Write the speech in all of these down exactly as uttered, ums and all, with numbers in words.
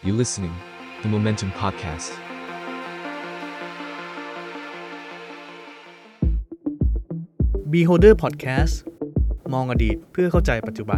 You're listening The Momentum Podcast Beholder Podcast มองอดีตเพื่อเข้าใจปัจจุบัน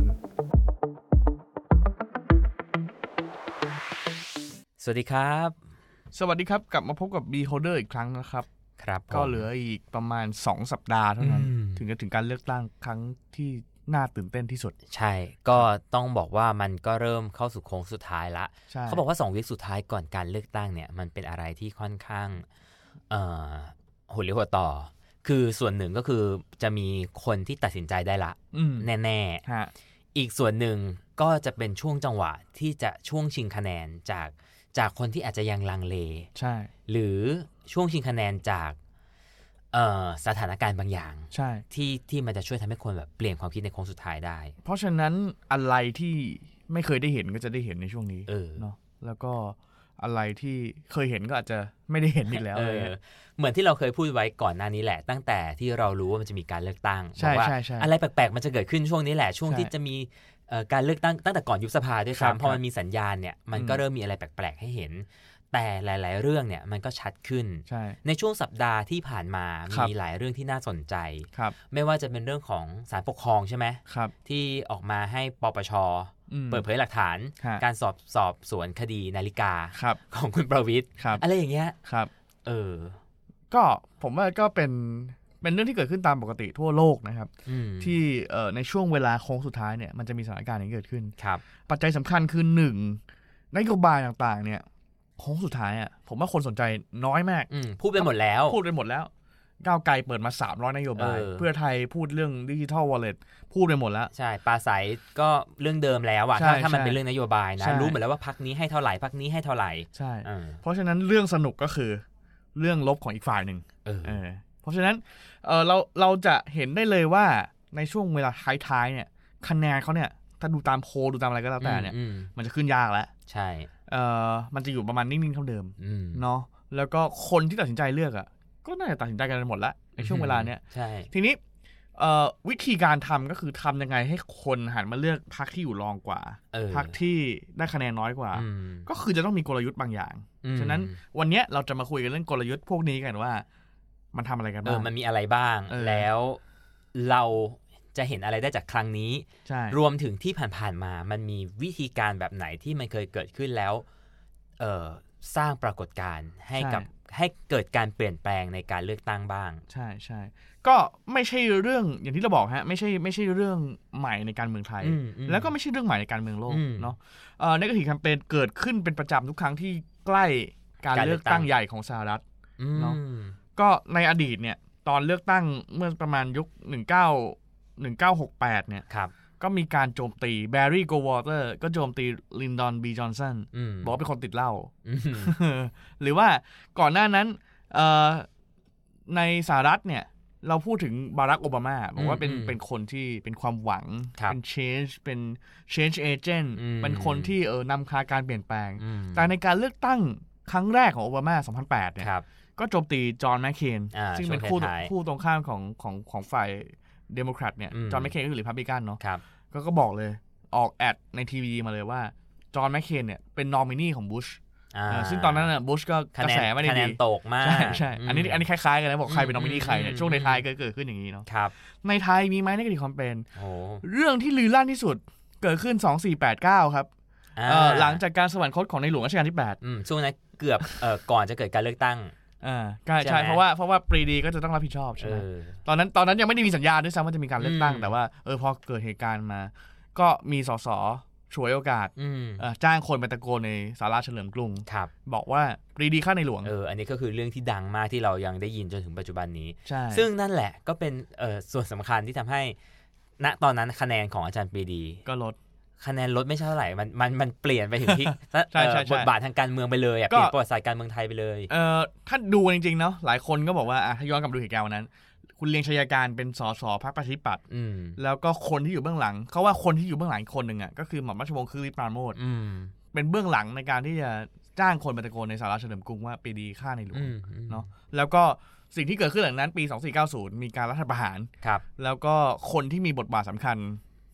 สวัสดีครับสวัสดีครับกลับมาพบกับ Beholder อีกครั้งนะครับครับก็เหลืออีกประมาณสองสัปดาห์เท่านั้นถึงจะถึงการเลือกตั้งครั้งที่น่าตื่นเต้นที่สุดใช่ก็ต้องบอกว่ามันก็เริ่มเข้าสู่โค้งสุดท้ายละเขาบอกว่าสองวีคสุดท้ายก่อนการเลือกตั้งเนี่ยมันเป็นอะไรที่ค่อนข้างเอ่อหัวเรียวหัวต่อคือส่วนหนึ่งก็คือจะมีคนที่ตัดสินใจได้ละแน่ๆอีกส่วนหนึ่งก็จะเป็นช่วงจังหวะที่จะช่วงชิงคะแนนจากจากคนที่อาจจะยังลังเลใช่หรือช่วงชิงคะแนนจากเอ่อสถานการณ์บางอย่างใช่ที่ที่มันจะช่วยทำให้คนแบบเปลี่ยนความคิดในโค้งสุดท้ายได้เพราะฉะนั้นอะไรที่ไม่เคยได้เห็นก็จะได้เห็นในช่วงนี้เนาะแล้วก็อะไรที่เคยเห็นก็อาจจะไม่ได้เห็นอีกแล้วเลยเหมือนที่เราเคยพูดไว้ก่อนหน้านี้แหละตั้งแต่ที่เรารู้ว่ามันจะมีการเลือกตั้งว่าอะไรแปลกๆมันจะเกิดขึ้นช่วงนี้แหละช่วงที่จะมีการเลือกตั้งตั้งแต่ก่อนยุบสภาด้วยซ้ำพอมันมีสัญญาณเนี่ยมันก็เริ่มมีอะไรแปลกๆให้เห็นแต่หลายๆเรื่องเนี่ยมันก็ชัดขึ้นใ, ในช่วงสัปดาห์ที่ผ่านมามีหลายเรื่องที่น่าสนใจไม่ว่าจะเป็นเรื่องของศาลปกครองใช่ไหมที่ออกมาให้ปปช.เปิดเผยหลักฐานการสอบสอบสวนคดีนาฬิกาของคุณประวิตรอะไรอย่างเงี้ยเออก็ผมว่าก็เป็นเป็นเรื่องที่เกิดขึ้นตามปกติทั่วโลกนะครับที่ในช่วงเวลาโค้งสุดท้ายเนี่ยมันจะมีสถานการณ์นี้เกิดขึ้นปัจจัยสำคัญคือหนึ่งนโยบายต่างๆเนี่ยโค้งสุดท้ายอ่ะผมว่าคนสนใจน้อยมากพูดไปหมดแล้วพูดไปหมดแล้วก้าวไกลเปิดมาสามร้อยนโยบายเพื่อไทยพูดเรื่อง Digital Wallet พูดไปหมดแล้วใช่ปราศัยก็เรื่องเดิมแล้วอ่ะถ้าถ้ามันเป็นเรื่องนโยบายนะรู้หมดแล้วว่าพรรคนี้ให้เท่าไหร่พรรคนี้ให้เท่าไหร่ใช่เพราะฉะนั้นเรื่องสนุกก็คือเรื่องลบของอีกฝ่ายนึงเออเพราะฉะนั้นเออเราเราจะเห็นได้เลยว่าในช่วงเวลาท้ายๆเนี่ยคะแนนเขาเนี่ยถ้าดูตามโพลดูตามอะไรก็แล้วแต่เนี่ยมันจะขึ้นยากแล้วใช่เอ่อมันจะอยู่ประมาณนิ่งๆเท่าเดิมเนาะแล้วก็คนที่ตัดสินใจเลือกอ่ะก็น่าจะตัดสินใจกันหมดแล้วในช่วงเวลาเนี้ยใช่ทีนี้เอ่อวิธีการทำก็คือทำยังไงให้คนหันมาเลือกพรรคที่อยู่รองกว่าพรรคที่ได้คะแนนน้อยกว่าก็คือจะต้องมีกลยุทธ์บางอย่างฉะนั้นวันนี้เราจะมาคุยกันเรื่องกลยุทธ์พวกนี้กันว่ามันทำอะไรกันบ้างมันมีอะไรบ้างแล้วเราจะเห็นอะไรได้จากครั้งนี้รวมถึงที่ผ่านๆมามันมีวิธีการแบบไหนที่มันเคยเกิดขึ้นแล้วเอ่อสร้างปรากฏการณ์ให้กับให้เกิดการเปลี่ยนแปลงในการเลือกตั้งบ้างใช่ใช่ก็ไม่ใช่เรื่องอย่างที่เราบอกฮะไม่ใช่ไม่ใช่เรื่องใหม่ในการเมืองไทยแล้วก็ไม่ใช่เรื่องใหม่ในการเมืองโลกเนาะเอ่อ Negative Campaign เกิดขึ้นเป็นประจำทุกครั้งที่ใกล้การเลือกตั้งใหญ่ของสหรัฐเนาะก็ในอดีตเนี่ยตอนเลือกตั้งเมื่อประมาณยุคหนึ่งเก้า หนึ่งเก้าหกแปดเนี่ยก็มีการโจมตีแบร์รี่โกวอเตอร์ก็โจมตีลินดอนบีจอนสันบอกว่าเป็นคนติดเหล้าหรือว่าก่อนหน้านั้นในสหรัฐเนี่ยเราพูดถึงบารักโอบามาบอกว่าเป็นเป็นคนที่เป็นความหวังเป็น change เป็น change agent เป็นคนที่เออนำพาการเปลี่ยนแปลงแต่ในการเลือกตั้งครั้งแรกของโอบามาสองพันแปดเนี่ยก็โจมตีจอห์นแมคเคนซึ่งเป็นคู่คู่ตรงข้ามของของของฝ่ายเดโมแครตเนี่ยจอห์นแมคเคนก็คือริพับลิกันเนาะก็ก็บอกเลยออกแอดในทีวีมาเลยว่าจอห์นแมคเคนเนี่ยเป็นนอมินีของบุชซึ่งตอนนั้นน่ะบุชก็กระแสไม่ได้ดีคะแนนตกมากใช่ใช่อันนี้อันนี้คล้ายๆกันนะบอกใครเป็นนอมินีใครเนี่ยช่วงในไทยก็เกิดขึ้นอย่างนี้เนาะในไทยมีไหมในกรณีความเป็นเรื่องที่ลือลั่นที่สุดเกิดขึ้นสองสี่แปดเก้าครับหลังจากการสวรรคตของในหลวงรัชกาลที่แปดช่วงนั้นเกือบก่อนจะเกิดการเลือกตั้งอ่าใช่ใช่เพราะว่าเพราะว่าปรีดีก็จะต้องรับผิดชอบใช่ไหมตอนนั้นตอนนั้นยังไม่ได้มีสัญญาด้วยซ้ำว่าจะมีการเลือกตั้งแต่ว่าเออพอเกิดเหตุการณ์มาก็มีสสฉวยโอกาสจ้างคนไปตะโกนในศาลาเฉลิมกรุงบอกว่าปรีดีฆ่าในหลวงเอออันนี้ก็คือเรื่องที่ดังมากที่เรายังได้ยินจนถึงปัจจุบันนี้ซึ่งนั่นแหละก็เป็นเอ่อส่วนสำคัญที่ทำให้ณตอนนั้นคะแนนของอาจารย์ปรีดีก็ลดคะแนนลดไม่ใช่เท่าไหร่มันมันมันเปลี่ยนไปถึงที่บทบาททางการเมืองไปเลยอ่ะเปลี่ยนประวัติศาสตร์การเมืองไทยไปเลยเอ่อถ้าดูจริงๆเนาะหลายคนก็บอกว่าอ่ะถ้าย้อนกลับดูเหตุการณ์วันนั้นคุณเลียงชัยการเป็นสสพรรคประชาธิปัตย์แล้วก็คนที่อยู่เบื้องหลังเขาว่าคนที่อยู่เบื้องหลังอีกคนนึงอ่ะก็คือหม่อมราชวงศ์คือฤทธิ์ปราโมชเป็นเบื้องหลังในการที่จะจ้างคนไปตะโกนในศาลาเฉลิมกรุงว่าปรีดีฆ่าในหลวงเนาะแล้วก็สิ่งที่เกิดขึ้นหลังนั้นปีสองสี่เก้าศูนย์มีการรัฐประหารแล้วก็คนที่มีบทบาทสำคัญ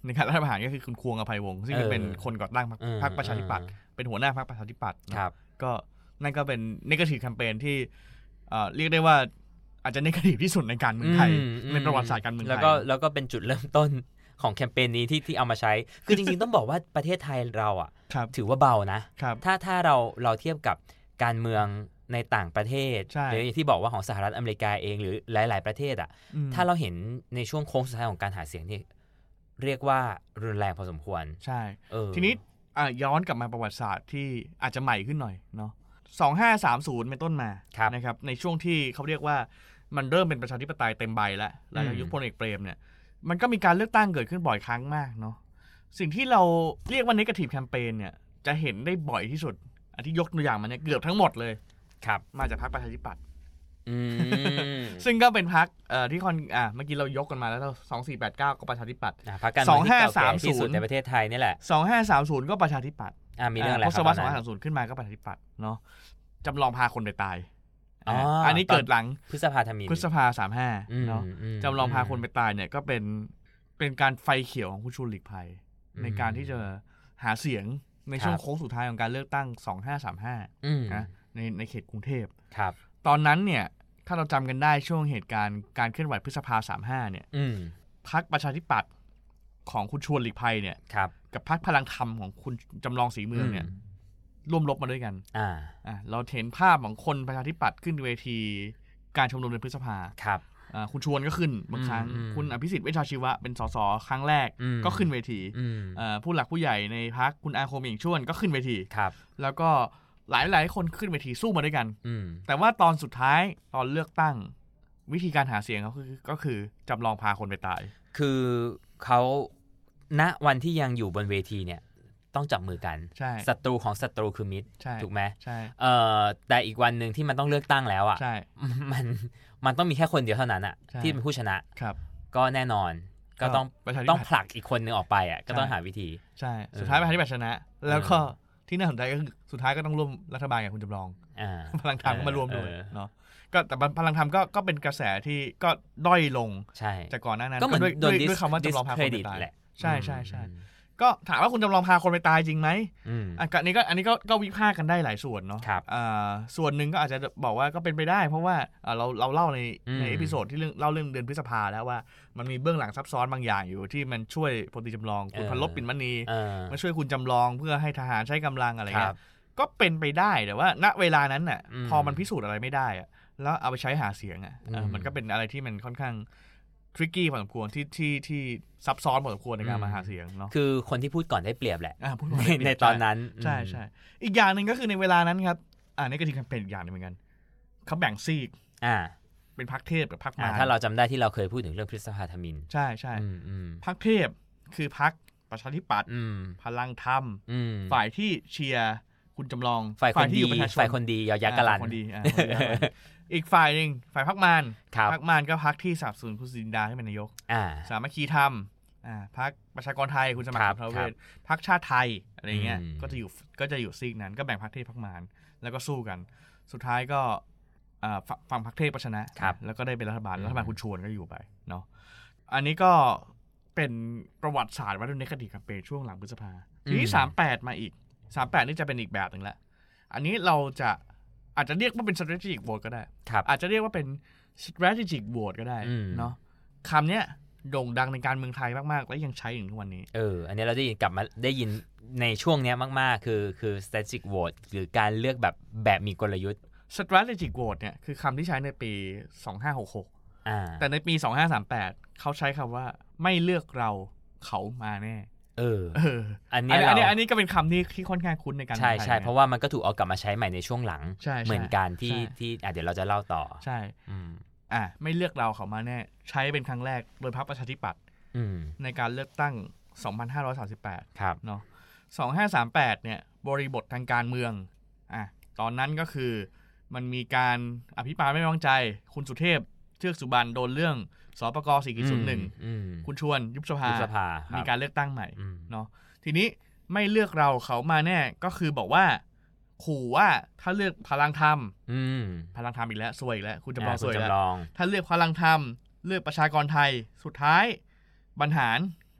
ในการรัฐประหารก็คือคุณควงอภัยวงศ์ซึ่งเป็นคนก่อตั้งพรรคประชาธิปัตย์เป็นหัวหน้าพรรคประชาธิปัตย์ก็นั่นก็เป็นเนกาทีฟแคมเปญที่เรียกได้ว่าอาจจะเนกาทีฟที่สุดในการเมืองไทยในประวัติศาสตร์การเมืองไทยแล้วก็แล้วก็เป็นจุดเริ่มต้นของแคมเปญนี้ที่ที่เอามาใช้คือจริงๆต้องบอกว่าประเทศไทยเราอ่ะถือว่าเบานะถ้าถ้าเราเราเทียบกับการเมืองในต่างประเทศหรือที่บอกว่าของสหรัฐอเมริกาเองหรือหลายๆประเทศอ่ะถ้าเราเห็นในช่วงโค้งสุดท้ายของการหาเสียงนี่เรียกว่ารุนแรงพอสมควรใช่ทีนี้ย้อนกลับมาประวัติศาสตร์ที่อาจจะใหม่ขึ้นหน่อยเนาะสองพันห้าร้อยสามสิบเป็นต้นมานะครับในช่วงที่เขาเรียกว่ามันเริ่มเป็นประชาธิปไตยเต็มใบแล้วหลังจากยุคพลเอกเปรมเนี่ยมันก็มีการเลือกตั้งเกิดขึ้นบ่อยครั้งมากเนาะสิ่งที่เราเรียกว่า negative campaign เนี่ยจะเห็นได้บ่อยที่สุดอันที่ยกตัวอย่างมาเนี่ยเกือบทั้งหมดเลยครับมาจากพรรคประชาธิปัตย์ซึ่งก็เป็นพรรคที่คอนอ่ะเมื่อกี้เรายกกันมาแล้วสองสี่แปดเก้าก็ประชาธิปัตย์สองห้าสามศูนย์ในประเทศไทยนี่แหละสองห้าสามศูนย์ก็ประชาธิปัตย์อ่ามีเรื่องอะไรครับทศวรรษสองห้าสามศูนย์ขึ้นมาก็ประชาธิปัตย์เนาะจำลองพาคนไปตายอ๋ออันนี้เกิดหลังพฤษภาธมิฬพฤษภาสามห้าเนาะจำลองพาคนไปตายเนี่ยก็เป็นเป็นการไฟเขียวของคุณชวนหลีกภัยในการที่จะหาเสียงในช่วงโค้งสุดท้ายของการเลือกตั้งสองห้าสามห้านะในในเขตกรุงเทพครับตอนนั้นเนี่ยถ้าเราจำกันได้ช่วงเหตุการณ์การเคลื่อนไหวพฤษภาสามห้าเนี่ยพรรคประชาธิปัตย์ของคุณชวนหลีกภัยเนี่ยกับพรรคพลังธรรมของคุณจำลองศรีเมืองเนี่ยร่วมรบมาด้วยกันอ่าอ่าเราเห็นภาพของคนประชาธิปัตย์ขึ้นเวทีการชุมนุมในพฤษภาครับอ่าคุณชวนก็ขึ้นบางครั้งคุณอภิสิทธิ์เวชชาชีวะเป็นสสครั้งแรกก็ขึ้นเวทีอ่าผู้หลักผู้ใหญ่ในพรรคคุณอาคมเอียงช่วนก็ขึ้นเวทีครับแล้วก็หลายหลายคนขึ้นเวทีสู้มาด้วยกันแต่ว่าตอนสุดท้ายตอนเลือกตั้งวิธีการหาเสียงเขาคือก็คือจำลองพาคนไปตายคือเขาณวันที่ยังอยู่บนเวทีเนี่ยต้องจับมือกันศัตรูของศัตรูคือมิตรถูกไหมใช่เอ่อแต่อีกวันหนึ่งที่มันต้องเลือกตั้งแล้วอ่ะมันมันต้องมีแค่คนเดียวเท่านั้นอ่ะที่เป็นผู้ชนะครับก็แน่นอนก็ต้องต้องผลักอีกคนนึงออกไปอ่ะก็ต้องหาวิธีใช่สุดท้ายประชาธิปัตย์ชนะแล้วก็ที่น่าสนใจก็คือสุดท้ายก็ต้องร่วมรัฐบาลกับคุณจำลองพลังธรรมก็มารวมด้วยเนาะก็แต่พลังธรรมก็ก็เป็นกระแสที่ก็ด้อยลงจากก่อนหน้านั้นก็เหมือนด้วยด้วยคำว่าจำลองพาคนไปตายใช่ใช่ใช่ก็ถามว่าคุณจำลองพาคนไปตายจริงไหมอันนี้ก็อันนี้ก็ก็วิพากษ์กันได้หลายส่วนเนาะส่วนหนึ่งก็อาจจะบอกว่าก็เป็นไปได้เพราะว่าเราเราเล่าในในเอพิโซดที่เรื่องเล่าเรื่องเดือนพฤษภาแล้วว่ามันมีเบื้องหลังซับซ้อนบางอย่างอยู่ที่มันช่วยพลตรีจำลองคุณพันลบปิ่นมณีมาช่วยคุณจำลองเพื่อให้ทหารใช้กำลังอะไรเงี้ยก็เป็นไปได้แต่ว่าณเวลานั้นน่ะพอมันพิสูจน์อะไรไม่ได้อะแล้วเอาไปใช้หาเสียงอ่ะมันก็เป็นอะไรที่มันค่อนข้างทริกกี้พอสมควรที่ที่ที่ซับซ้อนพอสมควรในการมาหาเสียงเนาะคือคนที่พูดก่อนได้เปรียบแหละในตอนนั้นใช่ใช่อีกอย่างหนึ่งก็คือในเวลานั้นครับอ่านี่ก็ที่เป็นอีกอย่างนึงเหมือนกันเขาแบ่งซีกอ่าเป็นพรรคเทพกับพรรคมารถ้าเราจำได้ที่เราเคยพูดถึงเรื่องพฤษภาธมิฬใช่ใช่พรรคเทพคือพรรคประชาธิปัตย์พลังธรรมฝ่ายที่เชียร์คุณจำลองฝ่ายคนดีฝ่ายคนดียอยักษ์กลันคนดีอีกฝ่ายหนึ่งฝ่ายพรรคมารพรรคมารก็พรรคที่สนับสนุนคุณสินดาให้เป็นนายกสามัคคีธรรมพรรคประชากรไทยคุณสมัครพระเวทพรรคชาติไทยอะไรเงี้ยก็จะอยู่ก็จะอยู่ซีกนั้นก็แบ่งพรรคเทพพรรคมารแล้วก็สู้กันสุดท้ายก็ฝั่งพรรคเทพชนะแล้วก็ได้เป็นรัฐบาลรัฐบาลคุณชวนก็อยู่ไปเนาะอันนี้ก็เป็นประวัติศาสตร์วัฒนธรรมในคดีกับเปช่วงหลังพฤษภาทีนี้สามแปดมาอีกสามแปดนี่จะเป็นอีกแบบหนึ่งละอันนี้เราจะอาจจะเรียกว่าเป็น strategic vote ก็ได้อาจจะเรียกว่าเป็น strategic vote ก็ได้เนาะคำเนี้ยโด่งดังในการเมืองไทยมากๆและยังใช้ถึงทุกวันนี้เอออันนี้เราได้ยินกลับมาได้ยินในช่วงนี้มากๆคือคือ strategic vote หรือการเลือกแบบแบบมีกลยุทธ์ strategic vote เนี่ยคือคำที่ใช้ในปีสองห้าหกหกอ่าแต่ในปีสองห้าสามแปดเขาใช้คำว่าไม่เลือกเราเขามาแน่เอออันนี้อันนี้อันนี้ก็เป็นคำที่ที่ค่อนข้างคุ้นในการใช่ใช่เพราะว่ามันก็ถูกเอากลับมาใช้ใหม่ในช่วงหลังเหมือนกันที่ที่อ่ะเดี๋ยวเราจะเล่าต่อใช่อ่ะไม่เลือกเราเขามาแน่ใช้เป็นครั้งแรกโดยพรรคประชาธิปัตย์ในการเลือกตั้งสองพันห้าร้อยสามสิบแปดครับเนาะสองพันห้าร้อยสามสิบแปดเนี่ยบริบททางการเมืองอ่ะตอนนั้นก็คือมันมีการอภิปรายไม่ไว้วางใจคุณสุเทพเทือกสุบรรณโดนเรื่องสปก สี่จุดศูนย์หนึ่ง คุณชวนยุบสภามีการเลือกตั้งใหม่เนาะทีนี้ไม่เลือกเราเขามาแน่ก็คือบอกว่าขู่ว่าถ้าเลือกพลังธรรมพลังธรรมอีกแล้วซวยอีกแล้วคุณจำลองซวยแล้วถ้าเลือกพลังธรรมเลือกประชากรไทยสุดท้ายบรรหาร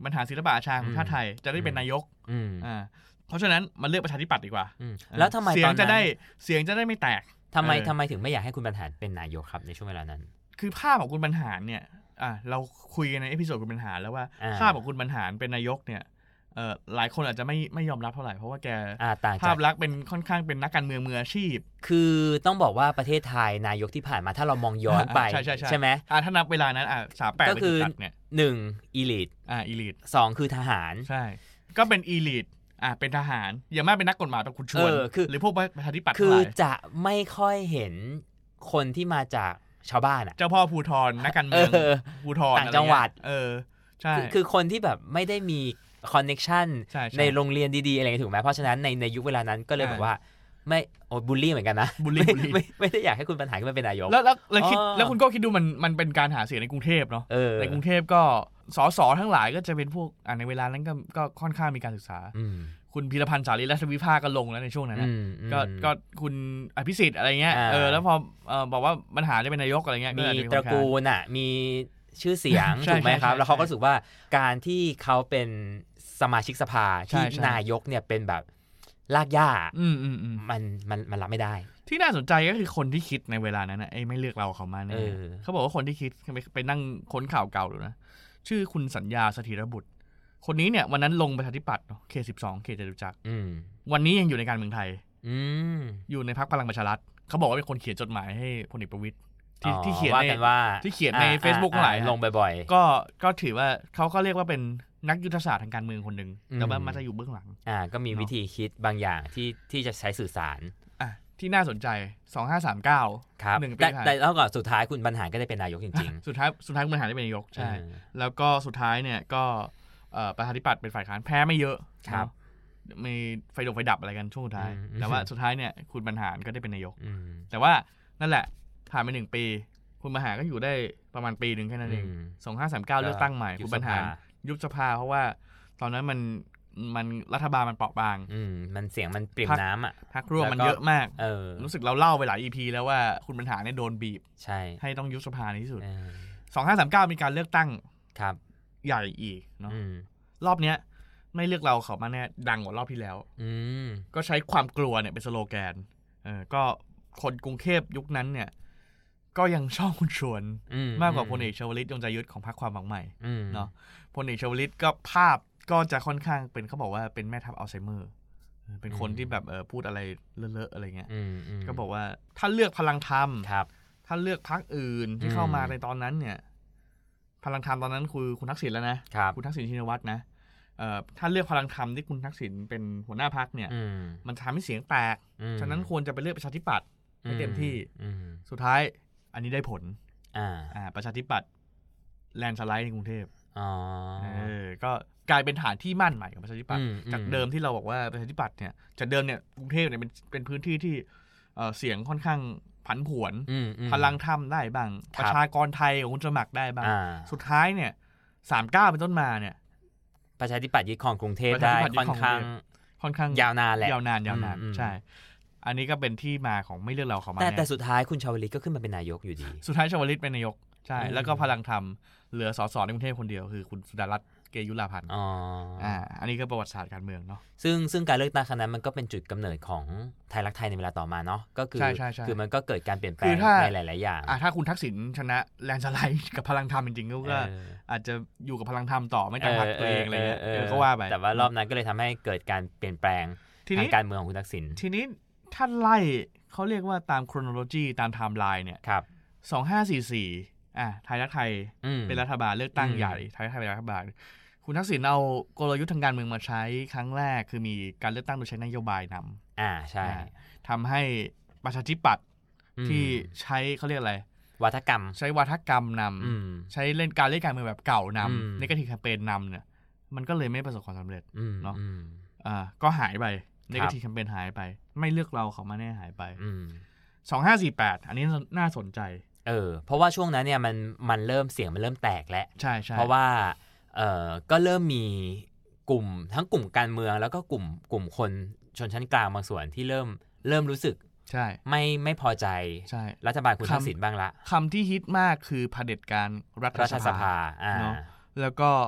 บรรหารศิลปะอาชาของชาติไทยจะได้เป็นนายกอ่าเพราะฉะนั้นมันเลือกประชาธิปัตย์ดีกว่าแล้วทำไมเสียงจะได้เสียงจะได้ไม่แตกทำไมทำไมถึงไม่อยากให้คุณบรรหารเป็นนายกครับในช่วงเวลานั้นคือภาพของคุณบรรหารเนี่ยอ่าเราคุยกันในเอพิโซดคุณบรรหารแล้วว่าภาพของคุณบรรหารเป็นนายกเนี่ยเอ่อหลายคนอาจจะไม่ไม่ยอมรับเท่าไหร่เพราะว่าแกภาพลักษณ์เป็นค่อนข้างเป็นนักการเมืองมืออาชีพคือต้องบอกว่าประเทศไทยนายกที่ผ่านมาถ้าเรามองย้อนไป ใช่ไหมอ่าถ้านับเวลานั้นอ่าสามแปดก็คือหนึ่งอีลิทอ่าอีลิทสองคือทหารใช่ก็เป็นอีลิทอ่าเป็นทหารอย่างมากเป็นนักกฎหมายเป็นคุณชวนหรือพวกประชาธิปัตย์คือจะไม่ค่อยเห็นคนที่มาจากชาวบ้านอ่ะเจ้าพ่อภูธรนักการเมืองภูธรต่างจังหวัดเออใช่คือคนที่แบบไม่ได้มีคอนเนคชั่นในโรงเรียนดีๆอะไรถูกไหมเพราะฉะนั้นในในยุคเวลานั้นก็เลยแบบว่าไม่โอ้บูลลี่เหมือนกันนะบูลลี่ไม่ไม่ได้อยากให้คุณบรรหารขึ้นมาเป็นนายกแล้วแล้วแล้วคิดแล้วคุณก็คิดดูมันมันเป็นการหาเสียงในกรุงเทพเนาะในกรุงเทพก็สสทั้งหลายก็จะเป็นพวกอ่าในเวลานั้นก็ก็ค่อนข้างมีการศึกษาคุณพีรพันธ์สารีรัฐวิภาก็ลงแล้วในช่วงนั้นนะก็ก็คุณอภิสิทธิ์อะไรเงี้ยเออแล้วพอบอกว่าบรรหารจะเป็นนายกอะไรเงี้ยมีตระกูลอ่ะมีชื่อเสียงถูกไหมครับแล้วเขาก็รู้สึกว่าการที่เขาเป็นสมาชิกสภาที่นายกเนี่ยเป็นแบบลากย่ามันมันมันรับไม่ได้ที่น่าสนใจก็คือคนที่คิดในเวลานั้นนะไอ้ไม่เลือกเราเขามาเนี่ยเขาบอกว่าคนที่คิดไปนั่งค้นข่าวเก่าดูนะชื่อคุณสัญญาสถิรบุตรคนนี้เนี่ยวันนั้นลงประชาธิปัตย์เขตสิบสองเขตจตุจักรวันนี้ยังอยู่ในการเมืองไทยอยู่ในพรรคพลังประชารัฐเขาบอกว่าเป็นคนเขียนจดหมายให้พลเอกประวิตรที่ที่เขียนในที่เขียนใน Facebook หลายลงบ่อยๆก็ก็ถือว่าเขาก็เรียกว่าเป็นนักยุทธศาสตร์ทางการเมืองคนหนึ่งแต่ว่ามันจะอยู่เบื้องหลังอ่าก็มีวิธีคิดบางอย่างที่ที่จะใช้สื่อสารอ่ะที่น่าสนใจสองพันห้าร้อยสามสิบเก้าครับหนึ่งปีแต่แล้วก็สุดท้ายคุณบรรหารก็ได้เป็นนายกจริงๆสุดท้ายสุดท้ายคุณบรรหารได้เป็นนายกใช่แล้วก็สุดท้ายเนี่ยก็ประชาธิปัตย์เป็นฝ่ายค้านแพ้ไม่เยอะครับมีไฟดกไฟดับอะไรกันช่วงสุดท้ายแต่ว่าสุดท้ายเนี่ยคุณบรรหารก็ได้เป็นนายกแต่ว่านั่นแหละผ่านไปหนึ่งปีคุณบรรหารก็อยู่ได้ประมาณปีนึงแค่นั้นเองสองพันห้าร้อยสามสิบเก้าเลือกตั้งใหม่คุณบรรหารยุบสภาเพราะว่าตอนนั้นมันมันรัฐบาลมันเปราะบางมันเสียงมันเปรียบน้ำอ่ะพรรคร่วมมันเยอะมากรู้สึกเราเล่าไปหลาย อี พี แล้วว่าคุณบรรหารเนี่ยโดนบีบใช่ให้ต้องยุบสภาในที่สุดสองพันห้าร้อยสามสิบเก้ามีการเลือกตั้งครับใหญ่อีกเนาะรอบเนี้ยไม่เลือกเราเขามาแน่ดังกว่ารอบที่แล้วก็ใช้ความกลัวเนี่ยเป็นสโลแกนเออก็คนกรุงเทพยุคนั้นเนี่ยก็ยังชอบคุณชวนมากกว่าพลเอกชวลิตยงใจยุทธของพรรคความหวังใหม่เนาะพลเอกชวลิตก็ภาพก็จะค่อนข้างเป็นเขาบอกว่าเป็นแม่ทัพอัลไซเมอร์เป็นคนที่แบบเออพูดอะไรเลอะๆอะไรเงี้ยก็บอกว่าถ้าเลือกพลังธรรมถ้าเลือกพรรคอื่นที่เข้ามาในตอนนั้นเนี่ยพลังธรรมตอนนั้นคือคุณทักษิณแล้วนะคุณทักษิณชินวัตรนะเอ่อถ้าเลือกพลังธรรมที่คุณทักษิณเป็นหัวหน้าพรรคเนี่ยมันทำให้เสียงแตกฉะนั้นควรจะไปเลือกประชาธิปัตย์ให้เต็มที่สุดท้ายอันนี้ได้ผลอ่าอ่าประชาธิปัตย์แลนด์สไลด์ในกรุงเทพอ๋อเออก็กลายเป็นฐานที่มั่นใหม่ของประชาธิปัตย์จากเดิมที่เราบอกว่าประชาธิปัตย์เนี่ยจากเดิมเนี่ยกรุงเทพเนี่ยเป็นเป็นพื้นที่ที่เอ่อเสียงค่อนข้างผันผวนพลังธรรมได้บ้างประชากรไทยของคุณสมัครได้บ้างสุดท้ายเนี่ยสามสิบเก้าเป็นต้นมาเนี่ยประชาธิปัตย์ยึดครองกรุงเทพได้ค่อนข้างค่อนข้างยาวนานแหละยาวนานยาวนานใช่อันนี้ก็เป็นที่มาของไม่เลือกเราเขามาแต่แต่สุดท้ายคุณชวลิตก็ขึ้นมาเป็นนายกอยู่ดีสุดท้ายชวลิตเป็นนายกใช่แล้วก็พลังธรรมเหลือสสในกรุงเทพคนเดียวคือคุณสุดารัตน์เกยุราพันธ์อ๋ออ่าอันนี้ก็ประวัติศาสตร์การเมืองเนาะซึ่งซึ่งการเลือกตั้งครั้งนั้นมันก็เป็นจุดกำเนิดของไทยรักไทยในเวลาต่อมาเนาะก็คือคือมันก็เกิดการเปลี่ยนแปลงในหลายๆอย่างอ่าถ้าคุณทักษิณชนะแลนด์สไลด์กับพลังธรรมจริงๆก็อาจจะอยู่กับพลังธรรมต่อไม่ตั้งพรรคตัวเองอะไรเงี้ยก็ว่าไปแต่ว่ารอบนั้นก็เลยทำให้เกิดการเปลี่ยนแปลงทางการเมืองของคุณทักษิณทีนี้ท่านไล่เขาเรียกว่าตามโครโนโลจีตามไทม์ไลน์เนี่ยสองพันห้าร้อยสี่สิบสี่อ่ะไทยรักไทยเป็นรัฐบาลเลือกตั้งใหญ่ไทยรักไทยเป็นรัฐบาลคุณทักษิณเอากลยุทธ์ทางการเมืองมาใช้ครั้งแรกคือมีการเลือกตั้งโดยใช้นโยบายนำอ่าใช่ทำให้ประชาธิปัตย์ที่ใช้เขาเรียกอะไรวัฒกรรมใช้วัฒกรรมนำใช้เล่นการเล่นการเมืองแบบเก่านำในกระถิ่นแคมเปญนำเนี่ยมันก็เลยไม่ประสบความสำเร็จเนาะอ่าก็หายไปในกระถิ่นแคมเปญหายไปไม่เลือกเราเขามาแน่หายไปสองพันห้าร้อยสี่สิบแปดอันนี้น่าสนใจเออเพราะว่าช่วงนั้นเนี่ยมันมันเริ่มเสียงมันเริ่มแตกแล้วใช่ใช่เพราะว่าเออก็เริ่มมีกลุ่มทั้งกลุ่มการเมืองแล้วก็กลุ่มกลุ่มคนชนชั้นกลางบางส่วนที่เริ่มเริ่มรู้สึกใช่ไม่ไม่พอใจรัฐบาลคุณทักษิณบ้างละคำที่ฮิตมากคือเผด็จการรัฐสภาเนาะแล้วก็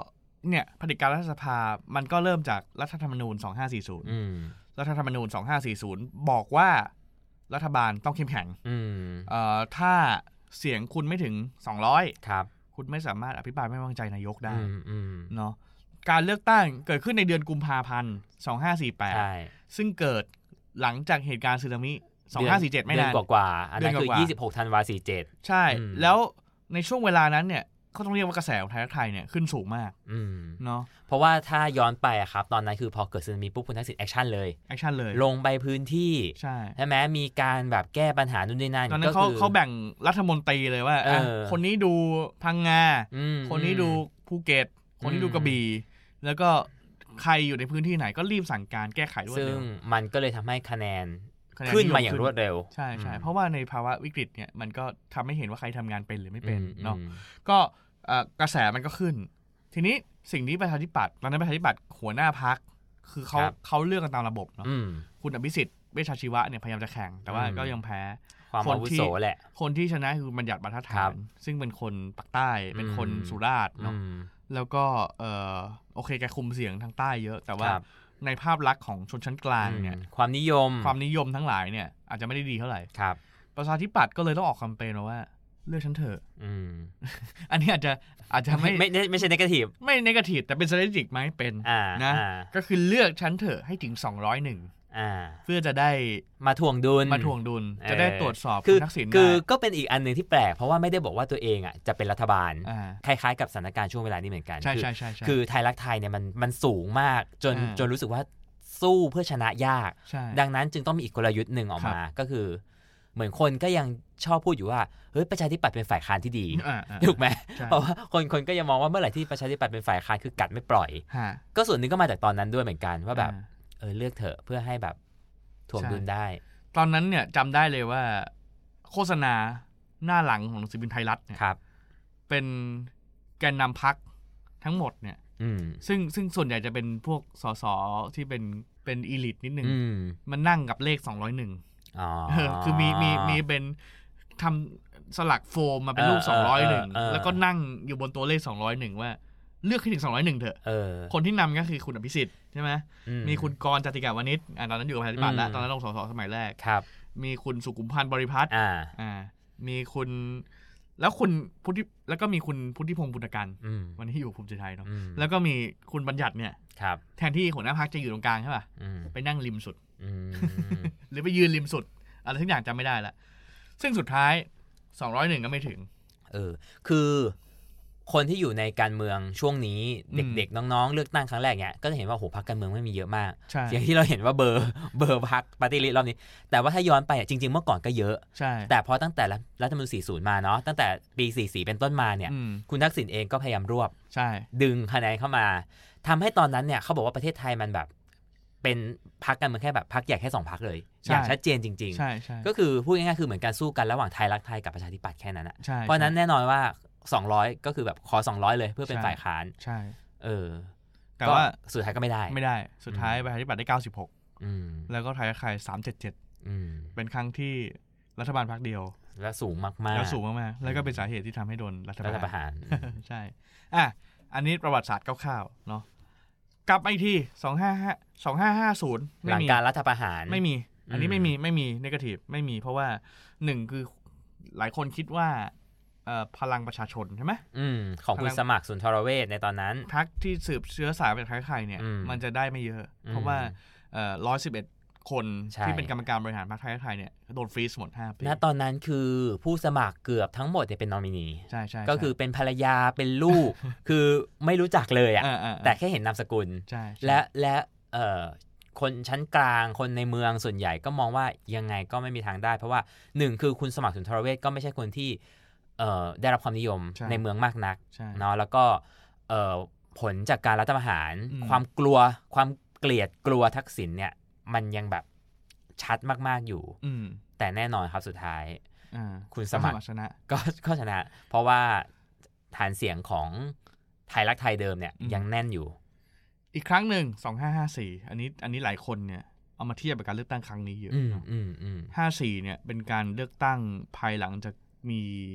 เนี่ยเผด็จการรัฐสภามันก็เริ่มจากรัฐธรรมนูญสองห้าสี่ศูนย์อืมรัฐธรรมนูญสองห้าสี่ศูนย์บอกว่ารัฐบาลต้องเข้มแข็งอืมเอ่อถ้าเสียงคุณไม่ถึงสองร้อยครับคุณไม่สามารถอภิปรายไม่ไว้วางใจนายกได้อืมเนาะการเลือกตั้งเกิดขึ้นในเดือนกุมภาพันธ์สองห้าสี่แปดใช่ซึ่งเกิดหลังจากเหตุการณ์สึนามิสองห้าสี่เจ็ดไม่นานเดือนกว่าๆอันนั้นคือยี่สิบหกธันวาคมสี่สิบเจ็ดใช่แล้วในช่วงเวลานั้นเนี่ยเขาต้องเรียกว่ากระแสของไทยรักไทยเนี่ยขึ้นสูงมากเนาะเพราะว่าถ้าย้อนไปอะครับตอนนั้นคือพอเกิดสึนามิปุ๊บคุณทักษิณแอคชั่นเลยแอคชั่นเลยลงไปพื้นที่ใช่ใช่ไหมมีการแบบแก้ปัญหานู่นนี่นั่นตอนนั้นเขาเขาแบ่งรัฐมนตรีเลยว่าคนนี้ดูพังงาคนนี้ดูภูเก็ตคนนี้ดูกระบี่แล้วก็ใครอยู่ในพื้นที่ไหนก็รีบสั่งการแก้ไขรวดเร็วซึ่งมันก็เลยทำให้คะแนนขึ้นมาอย่างรวดเร็วใช่ใช่เพราะว่าในภาวะวิกฤตเนี่ยมันก็ทำให้เห็นว่าใครทำงานเป็นหรือไม่เป็นเนาะก็กระแสมันก็ขึ้นทีนี้สิ่งที่ประชาธิปัตย์ตอนนั้นประชาธิปัตย์หัวหน้าพรรคคือเขาเขาเลือกกันตามระบบเนาะคุณอภิสิทธิ์เวชชาชีวะเนี่ยพยายามจะแข่งแต่ว่าก็ยังแพ้ความอาวุโสแหละคนที่ชนะคือบัญญัติบรรทัดฐานซึ่งเป็นคนปักใต้เป็นคนสุราษฎร์เนาะแล้วก็เออโอเคแกคุมเสียงทางใต้เยอะแต่ว่าในภาพลักษณ์ของชนชั้นกลางเนี่ยความนิยมความนิยมทั้งหลายเนี่ยอาจจะไม่ได้ดีเท่าไหร่ประชาธิปัตย์ก็เลยต้องออกแคมเปญว่าเลือกฉันเถอะอันนี้อาจจะอาจจะไม่ไม่ไม่ใช่เนกาทีฟไม่เนกาทีฟแต่เป็น strategic ไหมเป็นนะก็คือเลือกฉันเถอะให้ถึงสองร้อยเอ็ดเพื่อจะได้มาถ่วงดุลมาถ่วงดุลจะได้ตรวจสอบคุณทักษิณคือก็เป็นอีกอันนึงที่แปลกเพราะว่าไม่ได้บอกว่าตัวเองอ่ะจะเป็นรัฐบาลคล้ายๆกับสถานการณ์ช่วงเวลานี้เหมือนกันใช่ใช่ใช่คือไทยรักไทยเนี่ยมันมันสูงมากจนจนรู้สึกว่าสู้เพื่อชนะยากดังนั้นจึงต้องมีอีกกลยุทธ์หนึ่งออกมาก็คือเหมือนคนก็ยังชอบพูดอยู่ว่าเฮ้ยประชาธิปัตย์เป็นฝ่ายค้านที่ดีถูกไหมเพราะว่าคนคนก็ยังมองว่าเมื่อไหร่ที่ประชาธิปัตย์เป็นฝ่ายค้านคือกัดไม่ปล่อยก็ส่วนหนึ่งก็มาจากตอนนั้นด้วยเหมือนกันว่าแบบเออเลือกเถอะเพื่อให้แบบถ่วงดุลได้ตอนนั้นเนี่ยจำได้เลยว่าโฆษณาหน้าหลังของหนังสือพิมพ์ไทยรัฐเนี่ยเป็นแกนนำพรรคทั้งหมดเนี่ยซึ่งซึ่งส่วนใหญ่จะเป็นพวกสสที่เป็นเป็นอีลิทนิดนึงมันนั่งกับเลขสองร้อยเอ็ดอ๋อคือมีมีมีเป็นทำสลักโฟมมาเป็นรูปสองร้อยเอ็ดแล้วก็นั่งอยู่บนตัวเลขสองร้อยเอ็ดว่าเลือกให้ถึงสองร้อยเอ็ดเถอะคนที่นำก็คือคุณอภิสิทธิ์ใช่ไหมมีคุณกรณ์จติกาวณิชตอนนั้นอยู่กับประชาธิปัตย์แล้วตอนนั้นลงสสสมัยแรกมีคุณสุขุมพันธ์บริพัตรอ่ามีคุณแล้วคุณพุทธิแล้วก็มีคุณพุทธิพงศ์ปุณกันวันนี้อยู่ภูมิใจไทยเนาะแล้วก็มีคุณบัญญัติเนี่ยแทนที่หัวหน้าพรรคจะอยู่ตรงกลางใช่ป่ะไปนั่งริมสุดหรือไปยืนริมสุดอะไรทุกอย่างจำไม่ได้ละซึ่งสุดท้ายสองร้อยเอ็ดก็ไม่ถึงเออคือคนที่อยู่ในการเมืองช่วงนี้เด็กๆน้องๆเลือกตั้งครั้งแรกเนี่ยก็จะเห็นว่าโหพรรคการเมืองไม่มีเยอะมากอย่างที่เราเห็นว่าเบอร์เบอร์พรรคปาร์ตี้ลิสต์รอบนี้แต่ว่าถ้าย้อนไปจริงๆเมื่อก่อนก็เยอะแต่พอตั้งแต่รัฐธรรมนูญสี่สิบมาเนาะตั้งแต่ปีสี่สิบเป็นต้นมาเนี่ยคุณทักษิณเองก็พยายามรวบดึงคะแนนเข้ามาทำให้ตอนนั้นเนี่ยเขาบอกว่าประเทศไทยมันแบบเป็นพรรคการเมืองแค่แบบพรรคใหญ่แค่สองพรรคเลยอย่างชัดเจนจริงๆก็คือพูดง่ายๆคือเหมือนการสู้กันระหว่างไทยรักไทยกับประชาธิปัตย์แค่นั้นอ่ะเพราะนั้นแน่นอนว่าสองร้อยก็คือแบบขอสองร้อยเลยเพื่อเป็นฝ่ายค้านใช่เออแต่ว่าสุดท้ายก็ไม่ได้ไม่ได้สุดท้ายประชาธิปัตย์ได้เก้าสิบหกอืมแล้วก็ไทยรักไทยสามร้อยเจ็ดสิบเจ็ดอืมเป็นครั้งที่รัฐบาลพรรคเดียวและสูงมากๆแล้วสูงมากๆแล้วก็เป็นสาเหตุที่ทำให้โดนรัฐประหารใช่อ่ะอันนี้ประวัติศาสตร์คร่าวๆเนาะกลับมาอีกทีสองห้าห้า สองห้าห้าศูนย์หลังการรัฐประหารไม่มีอันนี้ไม่มีไม่มีเนกาทีฟไม่มีเพราะว่าหนึ่งคือหลายคนคิดว่าพลังประชาชนใช่ไหมของคุณสมัครสุนทรเวชในตอนนั้นพรรคที่สืบเชื้อสายเป็นใครๆเนี่ยมันจะได้ไม่เยอะเพราะว่าร้อยสิบเอ็ดคนที่เป็นกรรมการบริหารพรรคไทยไทยเนี่ยโดนฟรีซหมดห้าปีณตอนนั้นคือผู้สมัครเกือบทั้งหมดเป็นนอมินีใช่ใช่ก็คือเป็นภรรยาเป็นลูกคือไม่รู้จักเลยอ่ะแต่แค่เห็นนามสกุลและและคนชั้นกลางคนในเมืองส่วนใหญ่ก็มองว่ายังไงก็ไม่มีทางได้เพราะว่าหนึ่งคือคุณสมัครสุนทรเวชก็ไม่ใช่คนที่ได้รับความนิยมในเมืองมากนักเนาะแล้วก็ผลจากการรัฐประหารความกลัวความเกลียดกลัวทักษิณเนี่ยมันยังแบบชัดมากๆอยู่แต่แน่นอนครับสุดท้ายคุณสมัครชนะก็ก็ชนะเพราะว่าฐานเสียงของไทยรักไทยเดิมเนี่ยยังแน่นอยู่อีกครั้งหนึ่งสองห้าห้าสี่อันนี้อันนี้หลายคนเนี่ยเอามาเทียบกับการเลือกตั้งครั้งนี้เยอะห้าสี่เนี่ยเป็นการเลือกตั้งภายหลังจากมี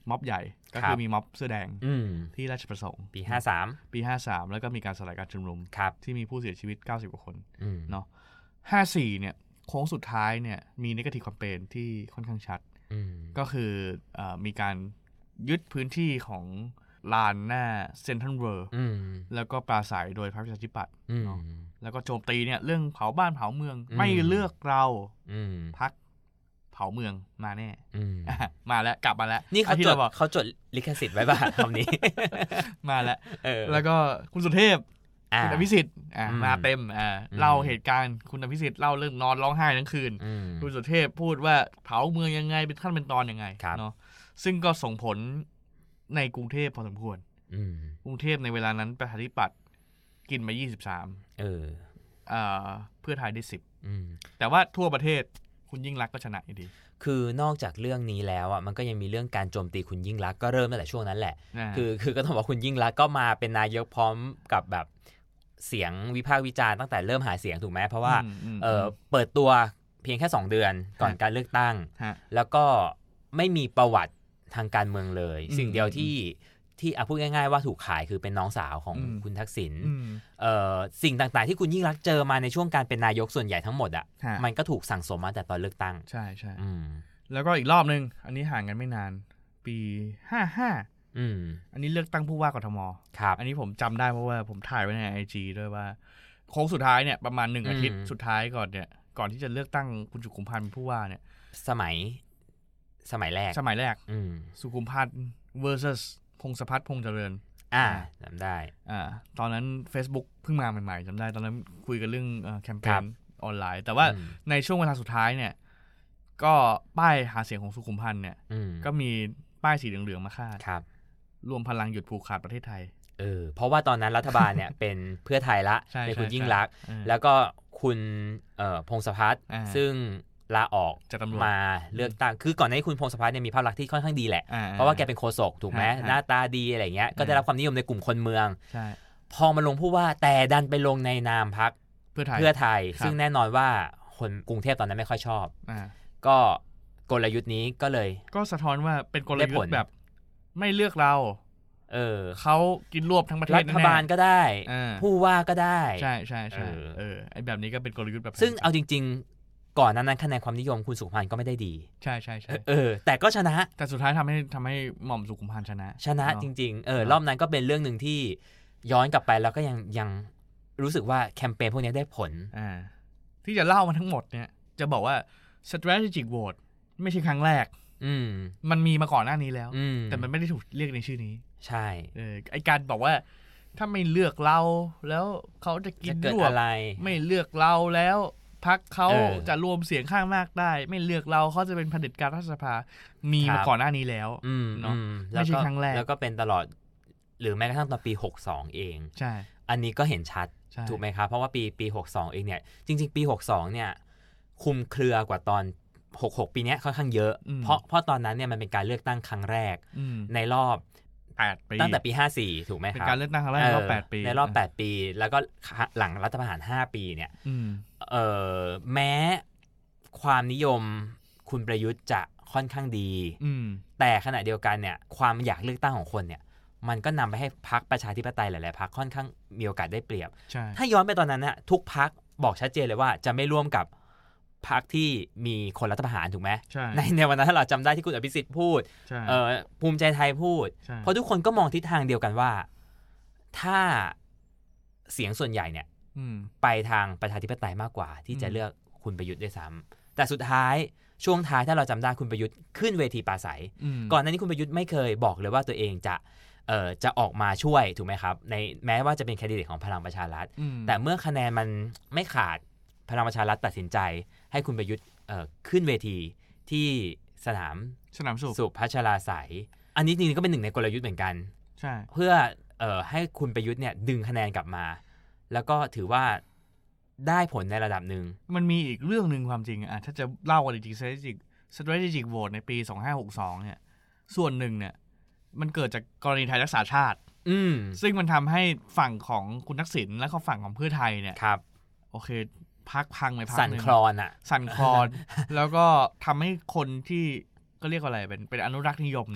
ม็อบใหญ่ก็คือมีม็อบเสื้อแดงที่ราชประสงค์ปีห้าสามปีห้าสามแล้วก็มีการสลายการชุมนุมที่มีผู้เสียชีวิตเก้าสิบกว่าคนเนาะห้าสี่เนี่ยโค้งสุดท้ายเนี่ยมีเนกาทีฟแคมเปญที่ค่อนข้างชัดก็คือเอ่อมีการยึดพื้นที่ของลานหน้าเซ็นทรัลเวิลด์แล้วก็ปราศัยโดยพรรคประชาธิปัตย์เนาะแล้วก็โจมตีเนี่ยเรื่องเผาบ้านเผาเมืองไม่เลือกเราพรรคเผาเมืองมาแน่มาแล้วกลับมาแล้วนี่เขาจดเขาจดลิขสิทธิ์ไว้ป่ะคำนี้มาแล้วแล้วก็คุณสุเทพคุณอภิสิทธิ์มาเต็มเล่าเหตุการณ์คุณอภิสิทธิ์เล่าเรื่องนอนร้องไห้ทั้งคืนคุณสุเทพพูดว่าเผาเมืองยังไงเป็นขั้นเป็นตอนยังไงเนาะซึ่งก็ส่งผลในกรุงเทพพอสมควรกรุงเทพในเวลานั้นประชาธิปัตย์กินมายี่สิบสามเออเอ่อเพื่อไทยได้สิบแต่ว่าทั่วประเทศคุณยิ่งรักษณ์ก็ชนะอยู่ดีคือนอกจากเรื่องนี้แล้วอ่ะมันก็ยังมีเรื่องการโจมตีคุณยิ่งรักษณ์ก็เริ่มตั้งแต่ช่วงนั้นแหละคือคือก็ต้องบอกคุณยิ่งรักษณ์ก็มาเป็นนายกพร้อมกับแบบเสียงวิพากษ์วิจารณ์ตั้งแต่เริ่มหาเสียงถูกไหมเพราะว่าเออเปิดตัวเพียงแค่สองเดือนก่อนการเลือกตั้งแล้วก็ไม่มีประวัติทางการเมืองเลยสิ่งเดียวที่ที่อ่ะพูดง่ายๆว่าถูกขายคือเป็นน้องสาวของคุณทักษิณเอ่อสิ่งต่างๆที่คุณยิ่งรักษณ์เจอมาในช่วงการเป็นนายกส่วนใหญ่ทั้งหมดอ่ะมันก็ถูกสั่งสมมาแต่ตอนเลือกตั้งใช่ใช่แล้วก็อีกรอบนึงอันนี้ห่างกันไม่นานปีห้าห้าอันนี้เลือกตั้งผู้ว่ากทมอันนี้ผมจำได้เพราะว่าผมถ่ายไว้ใน ไอ จี ด้วยว่าโค้งสุดท้ายเนี่ยประมาณหนึ่งอาทิตย์สุดท้ายก่อนเนี่ยก่อนที่จะเลือกตั้งคุณสุขุมพันธ์เป็นผู้ว่าเนี่ยสมัยสมัยแรกสมัยแรกสุขุมพันธ์ versus พงศพัฒน์พงษ์เจริญอ่าจำได้อ่าตอนนั้น Facebook เพิ่งมาใหม่ๆจำได้ตอนนั้นคุยกันเรื่องแคมเปญออนไลน์แต่ว่าในช่วงเวลาสุดท้ายเนี่ยก็ป้ายหาเสียงของสุขุมพันธ์เนี่ยก็มีป้ายสีเหลืองๆมาคาดรวมพลังหยุดผูกขาดประเทศไทยเออเพราะว่าตอนนั้นรัฐบาลเนี่ยเป็นเพื่อไทยละเป็นคุณยิ่งรักษณ์แล้วก็คุณเอ่อพงศพัฒน์ซึ่งลาออกมาเลือกตั้งคือก่อนหน้านี้คุณพงศพัฒน์เนี่ยมีภาพลักษณ์ที่ค่อนข้างดีแหละเพราะว่าแกเป็นโฆษกถูกไหมหน้าตาดีอะไรเงี้ยก็ได้รับความนิยมในกลุ่มคนเมืองพอมาลงผู้ว่าแต่ดันไปลงในนามพรรคเพื่อไทยเพื่อไทยซึ่งแน่นอนว่าคนกรุงเทพตอนนั้นไม่ค่อยชอบก็กลยุทธ์นี้ก็เลยก็สะท้อนว่าเป็นกลยุทธ์แบบไม่เลือกเราเออเขากินรวบทั้งประเทศรัฐบาลก็ได้ผู้ว่าก็ได้ใช่ใช่ใช่เออไอแบบนี้ก็เป็นกลยุทธ์แบบซึ่งเอาจริงๆก่อนนั้นคะแนนความนิยมคุณสุขุมพันธ์ก็ไม่ได้ดีใช่ใช่ใช่เออแต่ก็ชนะแต่สุดท้ายทำให้ทำให้หม่อมสุขุมพันธ์ชนะชนะจริงๆเออรอบนั้นก็เป็นเรื่องนึงที่ย้อนกลับไปแล้วก็ยังยังรู้สึกว่าแคมเปญพวกนี้ได้ผลอ่าที่จะเล่ามาทั้งหมดเนี่ยจะบอกว่า strategic vote ไม่ใช่ครั้งแรกอืมมันมีมาก่อนหน้านี้แล้วแต่มันไม่ได้ถูกเรียกในชื่อนี้ใช่เออไอการบอกว่าถ้าไม่เลือกเราแล้วเขาจะกินรวบไม่เลือกเราแล้วพรรคเขาจะรวมเสียงข้างมากได้ไม่เลือกเราเขาจะเป็นเผด็จการรัฐสภามีมาก่อนหน้านี้แล้วเนาะไม่ใช่ครั้งแรกแล้วก็เป็นตลอดหรือแม้กระทั่งตอนปีหกสองเองใช่อันนี้ก็เห็นชัดถูกไหมครับเพราะว่าปีปีหกสองเองเนี่ยจริงๆปีหกสองเนี่ยคุมเครือกว่าตอนหกสิบหกปีนี้ค่อนข้างเยอะเพราะเพราะตอนนั้นเนี่ยมันเป็นการเลือกตั้งครั้งแรกในรอบแปดปีตั้งแต่ปีห้าสี่ถูกไหมครับเป็นการเลือกตั้งครั้งแรกในรอบแปดปีในรอบแปดปีแล้วก็หลังรัฐประหารห้าปีเนี่ยเอ่อแม้ความนิยมคุณประยุทธ์จะค่อนข้างดีแต่ขณะเดียวกันเนี่ยความอยากเลือกตั้งของคนเนี่ยมันก็นำไปให้พรรคประชาธิปไตยหลายๆพรรคค่อนข้างมีโอกาสได้เปรียบถ้าย้อนไปตอนนั้นน่ะทุกพรรคบอกชัดเจนเลยว่าจะไม่ร่วมกับพรรคที่มีคนรัฐประหารถูกไหมในในวันนั้นถ้าเราจำได้ที่คุณอภิสิทธิ์พูดเอ่อภูมิใจไทยพูดเพราะทุกคนก็มองทิศทางเดียวกันว่าถ้าเสียงส่วนใหญ่เนี่ยไปทางประชาธิปไตยมากกว่าที่จะเลือกคุณประยุทธ์ด้วยซ้ำแต่สุดท้ายช่วงท้ายถ้าเราจำได้คุณประยุทธ์ขึ้นเวทีปราศัยก่อนหน้านี้คุณประยุทธ์ไม่เคยบอกเลยว่าตัวเองจะเอ่อจะออกมาช่วยถูกไหมครับในแม้ว่าจะเป็นแคนดิเดตของพลังประชารัฐแต่เมื่อคะแนนมันไม่ขาดพลังประชารัฐตัดสินใจให้คุณประยุทธ์เอ่อขึ้นเวทีที่สนามสนามสุขพัชราไสยอันนี้จริงๆก็เป็นหนึ่งในกลยุทธ์เหมือนกันใช่เพื่อเอ่อให้คุณประยุทธ์เนี่ยดึงคะแนนกลับมาแล้วก็ถือว่าได้ผลในระดับหนึ่งมันมีอีกเรื่องนึงความจริงอ่ะถ้าจะเล่ากันจริงๆ strategic strategic vote ในปีสองพันห้าร้อยหกสิบสองเนี่ยส่วนหนึ่งเนี่ยมันเกิดจากกรณีไทยรักษาชาติซึ่งมันทำให้ฝั่งของคุณทักษิณและก็ฝั่งของเพื่อไทยเนี่ยโอเคพักพังไปพักสั่นคลอนอ่ะสั่นคลอน แล้วก็ทำให้คนที่ก็เรียกว่าอะไรเป็นเป็นอนุรักษ์นิยมเนี่ย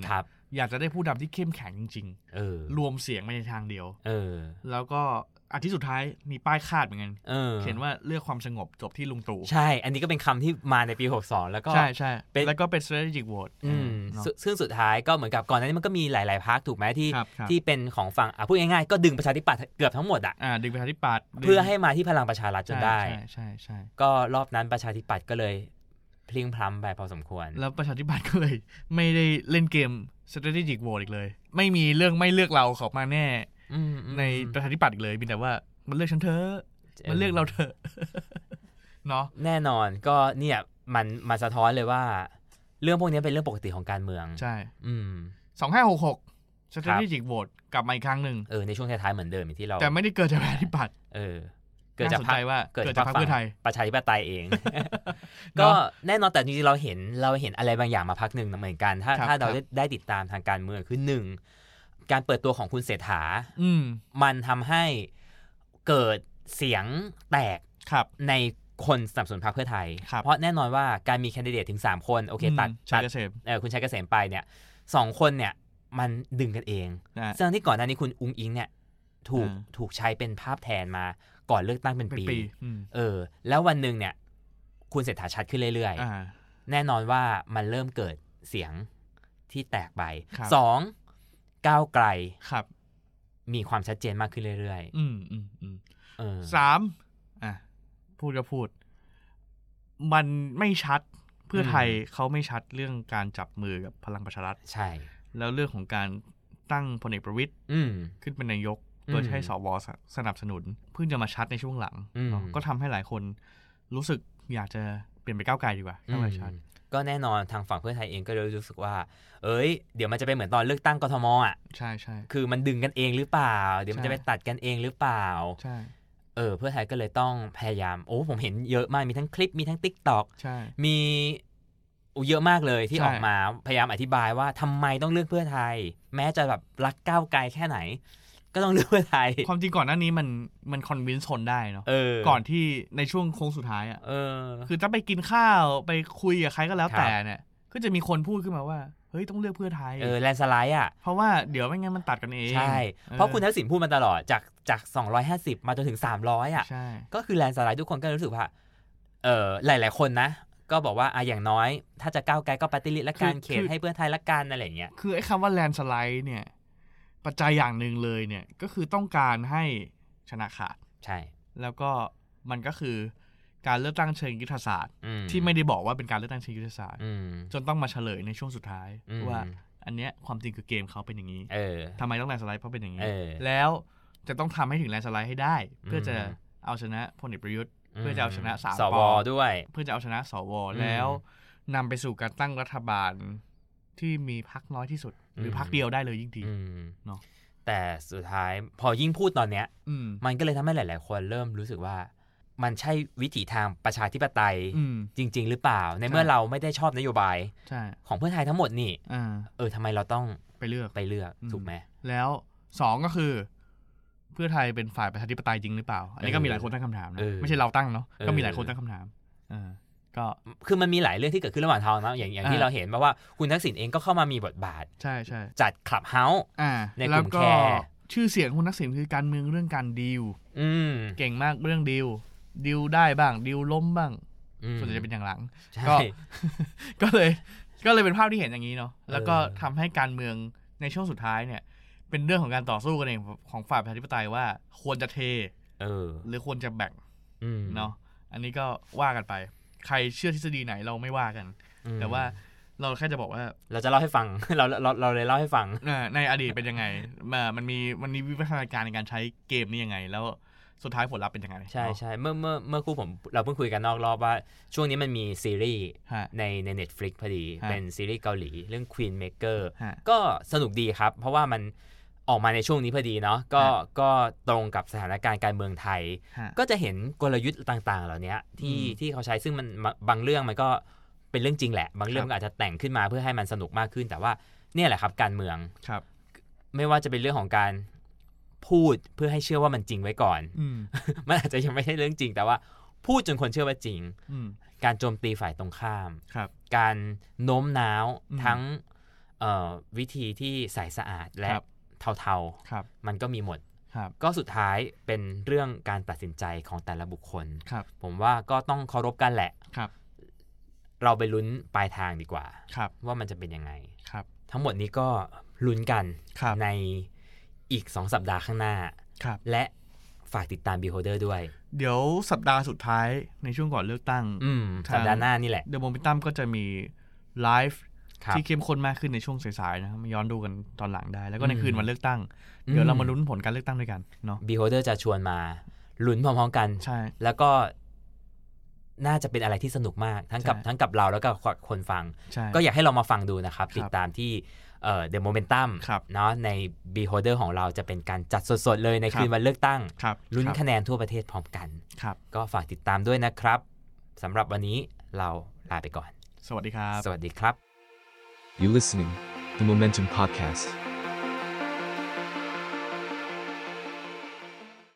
อยากจะได้ผู้นำที่เข้มแข็งจริงๆเออรวมเสียงไปในทางเดียวเออแล้วก็อาทิตย์สุดท้ายมีป้ายคาดเหมือนกันเออเขียนว่าเลือกความสงบจบที่ลุงตู่ใช่อันนี้ก็เป็นคำที่มาในปีหกสิบสองแล้วก็ใช่ใช่แล้วก็เป็น strategic vote อืมซึ่งสุดท้ายก็เหมือนกับก่อนหน้านี้มันก็มีหลายๆพรรคถูกไหมที่ที่เป็นของฝั่งอ่ะพูดง่ายๆก็ดึงประชาธิปัตย์เกือบทั้งหมดอ่ะอ่าดึงประชาธิปัตย์เพื่อให้มาที่พลังประชารัฐจนได้ใช่ใช่ใช่ก็รอบนั้นประชาธิปัตย์ก็เลยพลิงพล้ำไปพอสมควรแล้วประชาธิปัตย์ก็เลยไม่ได้เล่นเกม strategic vote อีกเลยไม่มีเรื่องไม่เลือกเราเข้ามาแน่ในประชาธิปัตย์อีกเลยมีแต่ว่ามันเลือกฉันเถอะมันเลือกเราเถอะเนาะแน่นอนก็เนี่ยมันมาสะท้อนเลยว่าเรื่องพวกนี้เป็นเรื่องปกติของการเมืองใช่อืมสองห้าหกหก strategic vote กลับมาอีกครั้งนึงเออในช่วงท้ายๆเหมือนเดิมที่เราแต่ไม่ได้เกิดจากประชาธิปัตย์เออเกิดจากพรรคว่าเกิดจากพรรคเพื่อไทยประชาธิปไตยเองก็แน่นอนแต่จริงๆเราเห็นเราเห็นอะไรบางอย่างมาพักนึงเหมือนกันถ้าถ้าเราได้ติดตามทางการเมืองคือหนึ่งการเปิดตัวของคุณเศรษฐามันทำให้เกิดเสียงแตกในคนสนับสนุนพรรคเพื่อไทยเพราะแน่นอนว่าการมีแคนดิเดตถึงสามคนโอเคตัดชัยเกษมเออคุณชัยเกษมไปเนี่ยสองคนเนี่ยมันดึงกันเองซึ่งที่ก่อนหน้านี้คุณอุ๊งอิงเนี่ยถูกถูกใช้เป็นภาพแทนมาก่อนเลือกตั้งเป็นปีเออแล้ววันนึงเนี่ยคุณเศรษฐาชัดขึ้นเรื่อยๆแน่นอนว่ามันเริ่มเกิดเสียงที่แตกไปสองก้าวไกลมีความชัดเจนมากขึ้นเรื่อยๆอืมอืมอืมเออสามอ่ะพูดก็พูดมันไม่ชัดเพื่อไทยเขาไม่ชัดเรื่องการจับมือกับพลังประชารัฐใช่แล้วเรื่องของการตั้งพลเอกประวิตรขึ้นเป็นนายกโดยใช้สวสนับสนุนเพิ่งจะมาชัดในช่วงหลังก็ทำให้หลายคนรู้สึกอยากจะเปลี่ยนไปก้าวไกลดีกว่าก้าวไกลชัดก็แน่นอนทางฝั่งเพื่อไทยเองก็เลยรู้สึกว่าเอ้ยเดี๋ยวมันจะเป็นเหมือนตอนเลือกตั้งกทมอ่ะใช่ใช่คือมันดึงกันเองหรือเปล่าเดี๋ยวมันจะไปตัดกันเองหรือเปล่าใช่เออเพื่อไทยก็เลยต้องพยายามโอ้ผมเห็นเยอะมากมีทั้งคลิปมีทั้ง TikTok ใช่มีเยอะมากเลยที่ออกมาพยายามอธิบายว่าทำไมต้องเลือกเพื่อไทยแม้จะแบบรักก้าวไกลแค่ไหนก็ต้องเลือกเพื่อไทยความจริงก่อนหน้านี้มันมันคอนวินส์คนได้เนาะก่อนที่ในช่วงโค้งสุดท้ายอ่ะคือถ้าไปกินข้าวไปคุยกับใครก็แล้วแต่เนี่ยก็จะมีคนพูดขึ้นมาว่าเฮ้ยต้องเลือกเพื่อไทยเออแลนสไลด์อ่ะเพราะว่าเดี๋ยวไม่งั้นมันตัดกันเองใช่เพราะคุณทักษิณพูดมาตลอดจากจากสองร้อยห้าสิบมาจนถึงสามร้อยอ่ะก็คือแลนสไลด์ทุกคนก็รู้สึกว่าเออหลายๆคนนะก็บอกว่าอ่ะอย่างน้อยถ้าจะก้าวไกลก็ปฏิริษีละกันเขตให้เพื่อไทยละกันอะไรอย่างเงี้ยคือไอ้คำว่าแลนสไลด์เนี่ยปัจจัยอย่างหนึ่งเลยเนี่ยก็คือต้องการให้ชนะขาดใช่แล้วก็มันก็คือการเลือกตั้งเชิงยุทธศาสตร์ที่ไม่ได้บอกว่าเป็นการเลือกตั้งเชิงยุทธศาสตร์จนต้องมาเฉลยในช่วงสุดท้ายว่าอันเนี้ยความจริงคือเกมเขาเป็นอย่างนี้ทำไมต้องแลนสไลด์เพราะเป็นอย่างนี้แล้วจะต้องทำให้ถึงแลนสไลด์ให้ได้เพื่อจะเอาชนะพลเอกประยุทธ์เพื่อจะเอาชนะสามป.ด้วยเพื่อจะเอาชนะสวแล้วนำไปสู่การตั้งรัฐบาลที่มีพรรคน้อยที่สุดหรือพรรคเดียวได้เลยยิ่งดีเนาะแต่สุดท้ายพอยิ่งพูดตอนเนี้ยมันก็เลยทำให้หลายๆคนเริ่มรู้สึกว่ามันใช่วิถีทางประชาธิปไตยจริงๆหรือเปล่าในเมื่อเราไม่ได้ชอบนโยบายของเพื่อไทยทั้งหมดนี่เออทำไมเราต้องไปเลือกไปเลือกถูกไหมแล้วสองก็คือเพื่อไทยเป็นฝ่ายประชาธิปไตยจริงหรือเปล่าอันนี้ก็มีหลายคนตั้งคำถามนะไม่ใช่เราตั้งเนาะก็มีหลายคนตั้งคำถามก็คือมันมีหลายเรื่องที่เกิดขึ้นระหว่างทางนะอย่างอย่างที่เราเห็นว่าคุณทักษิณเองก็เข้ามามีบทบาทใช่ใช่จัดคลับเฮาส์ในกลุ่มแคร์ชื่อเสียงคุณทักษิณคือการเมืองเรื่องการดีลเก่งมากเรื่องดีลดีลได้บ้างดีลล้มบ้างส่วนใหญ่จะเป็นอย่างหลังก็ก็เลยก็เลยเป็นภาพที่เห็นอย่างนี้เนาะแล้วก็ทำให้การเมืองในช่วงสุดท้ายเนี่ยเป็นเรื่องของการต่อสู้กันเองของฝ่ายประชาธิปไตยว่าควรจะเทหรือควรจะแบ่งเนาะอันนี้ก็ว่ากันไปใครเชื่อทฤษฎีไหนเราไม่ว่ากันแต่ว่าเราแค่จะบอกว่าเราจะเล่าให้ฟังเราเราเราเลยเล่าให้ฟังในอดีตเป็นยังไงมันมีมันมีวิวัฒนาการในการใช้เกมนี้ยังไงแล้วสุดท้ายผลลัพธ์เป็นยังไงใช่ใช่เมื่อเมื่อเมื่อคู่ผมเราเพิ่งคุยกันนอกรอบว่าช่วงนี้มันมีซีรีส์ในใน Netflix พอดีเป็นซีรีส์เกาหลีเรื่อง Queen Maker ก็สนุกดีครับเพราะว่ามันออกมาในช่วงนี้พอดีเนาะก็ก็ตรงกับสถานการณ์การเมืองไทยก็จะเห็นกลยุทธ์ต่างๆเหล่านี้ที่ที่เขาใช้ซึ่งมันบางเรื่องมันก็เป็นเรื่องจริงแหละบางเรื่องก็อาจจะแต่งขึ้นมาเพื่อให้มันสนุกมากขึ้นแต่ว่าเนี่ยแหละครับการเมืองไม่ว่าจะเป็นเรื่องของการพูดเพื่อให้เชื่อว่ามันจริงไว้ก่อนมันอาจจะยังไม่ใช่เรื่องจริงแต่ว่าพูดจนคนเชื่อว่าจริงการโจมตีฝ่ายตรงข้ามการโน้มน้าวทั้งวิธีที่ใสสะอาดและเทาๆมันก็มีหมดก็สุดท้ายเป็นเรื่องการตัดสินใจของแต่ละบุคคลผมว่าก็ต้องเคารพกันแหละเราไปลุ้นปลายทางดีกว่าว่ามันจะเป็นยังไงทั้งหมดนี้ก็ลุ้นกันในอีกสองสัปดาห์ข้างหน้าและฝากติดตาม Beholder ด้วยเดี๋ยวสัปดาห์สุดท้ายในช่วงก่อนเลือกตั้งสัปดาห์หน้านี่แหละ The Momentum ก็จะมีไลฟ์ที่เข้มข้นมากขึ้นในช่วงสายๆนะครับย้อนดูกันตอนหลังได้แล้วก็ในคืนวันเลือกตั้งเดี๋ยวเรามาลุ้นผลการเลือกตั้งด้วยกันเนาะ Beholder จะชวนมาลุ้นพร้อมๆกันใช่แล้วก็น่าจะเป็นอะไรที่สนุกมากทั้งกับทั้งกับเราแล้วก็คนฟังก็อยากให้เรามาฟังดูนะครับติดตามที่เอ่อ The Momentum เนาะใน Beholder ของเราจะเป็นการจัดสดๆเลยในคืนวันเลือกตั้งลุ้นคะแนนทั่วประเทศพร้อมกันก็ฝากติดตามด้วยนะครับสำหรับวันนี้เราลาไปก่อนสวัสดีครับสวัสดีครับ You listening The Momentum Podcast